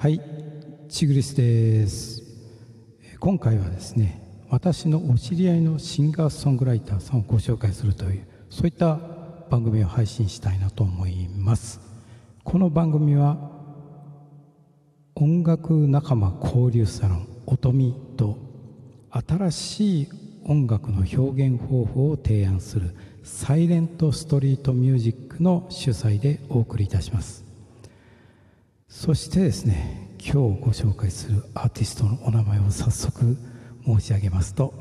はい、チグリスです。今回はですね、私のお知り合いのシンガーソングライターさんをご紹介するという、そういった番組を配信したいなと思います。この番組は音楽仲間交流サロン音見と新しい音楽の表現方法を提案するサイレントストリートミュージックの主催でお送りいたします。そしてですね、今日ご紹介するアーティストのお名前を早速申し上げますと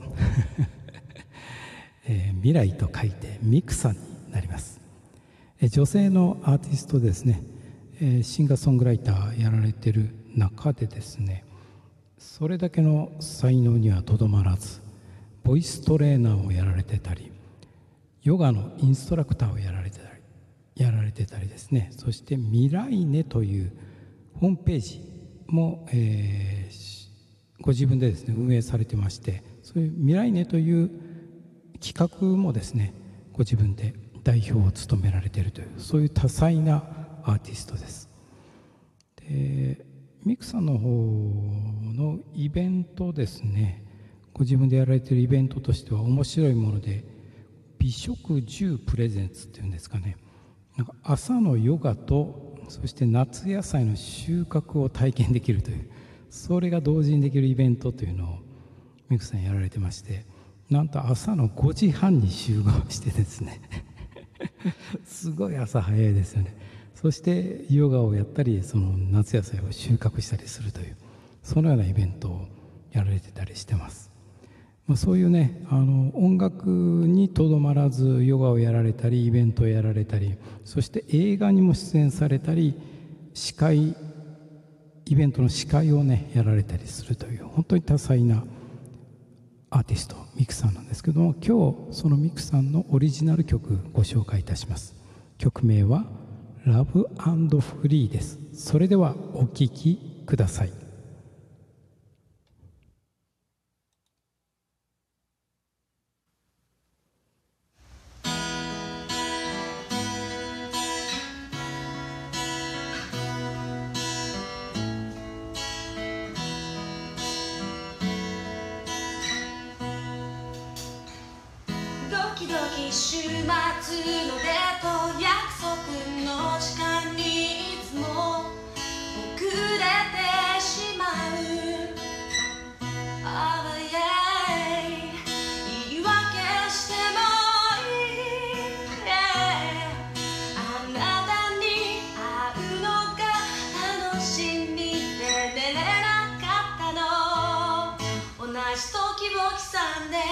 未来と書いてミクさんになります。女性のアーティストですね、シンガーソングライターやられている中でですね、それだけの才能にはとどまらず、ボイストレーナーをやられてたり、ヨガのインストラクターをやられてたりですね、そして未来ねというホームページも、ご自分でですね運営されてまして、そういう未来ねという企画もですねご自分で代表を務められているという、そういう多彩なアーティストです。でミクさんの方のイベントですね、ご自分でやられているイベントとしては面白いもので、美食10プレゼンツっていうんですかね、なんか朝のヨガとそして夏野菜の収穫を体験できるという、それが同時にできるイベントというのをミクさんやられてまして、なんと朝の5時半に集合してですねすごい朝早いですよね。そしてヨガをやったり、その夏野菜を収穫したりするという、そのようなイベントをやられてたりしてます。そういうね、音楽にとどまらずヨガをやられたり、イベントをやられたり、そして映画にも出演されたり、イベントの司会をねやられたりするという、本当に多彩なアーティストミクさんなんですけども、今日そのミクさんのオリジナル曲ご紹介いたします。曲名はラブ&フリーです。それではお聴きください。 ドキドキ週末のデート、約束の時間にいつも遅れてしまう。あわや言い訳してもいい、あなたに会うのが楽しみで寝れなかったの。同じ時を刻んで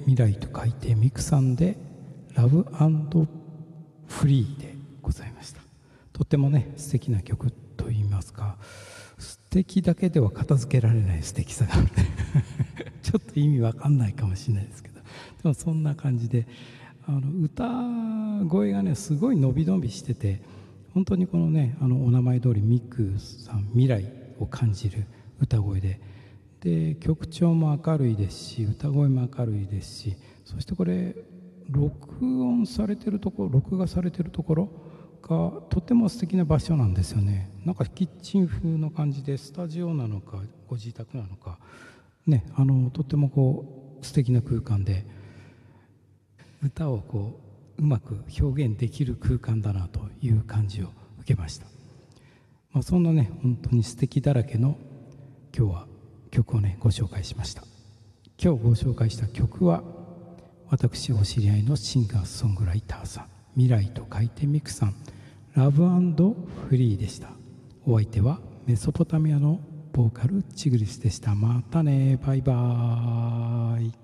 未来と書いてミクさんでラブ&フリーでございました。とってもね素敵な曲といいますか、素敵だけでは片付けられない素敵さがあるねちょっと意味わかんないかもしれないですけど、でもそんな感じで歌声がねすごい伸び伸びしてて、本当にこのねお名前通りミクさん未来を感じる歌声で、曲調も明るいですし歌声も明るいですし、そしてこれ録画されてるところがとても素敵な場所なんですよね。なんかキッチン風の感じでスタジオなのかご自宅なのかね、とってもこう素敵な空間で歌をこううまく表現できる空間だなという感じを受けました。そんなね本当に素敵だらけの今日は曲をねご紹介しました。今日ご紹介した曲は私お知り合いのシンガーソングライターさん、未来と書いてミクさん、ラブ&フリーでした。お相手はメソポタミアのボーカルチグリスでした。またね、バイバーイ。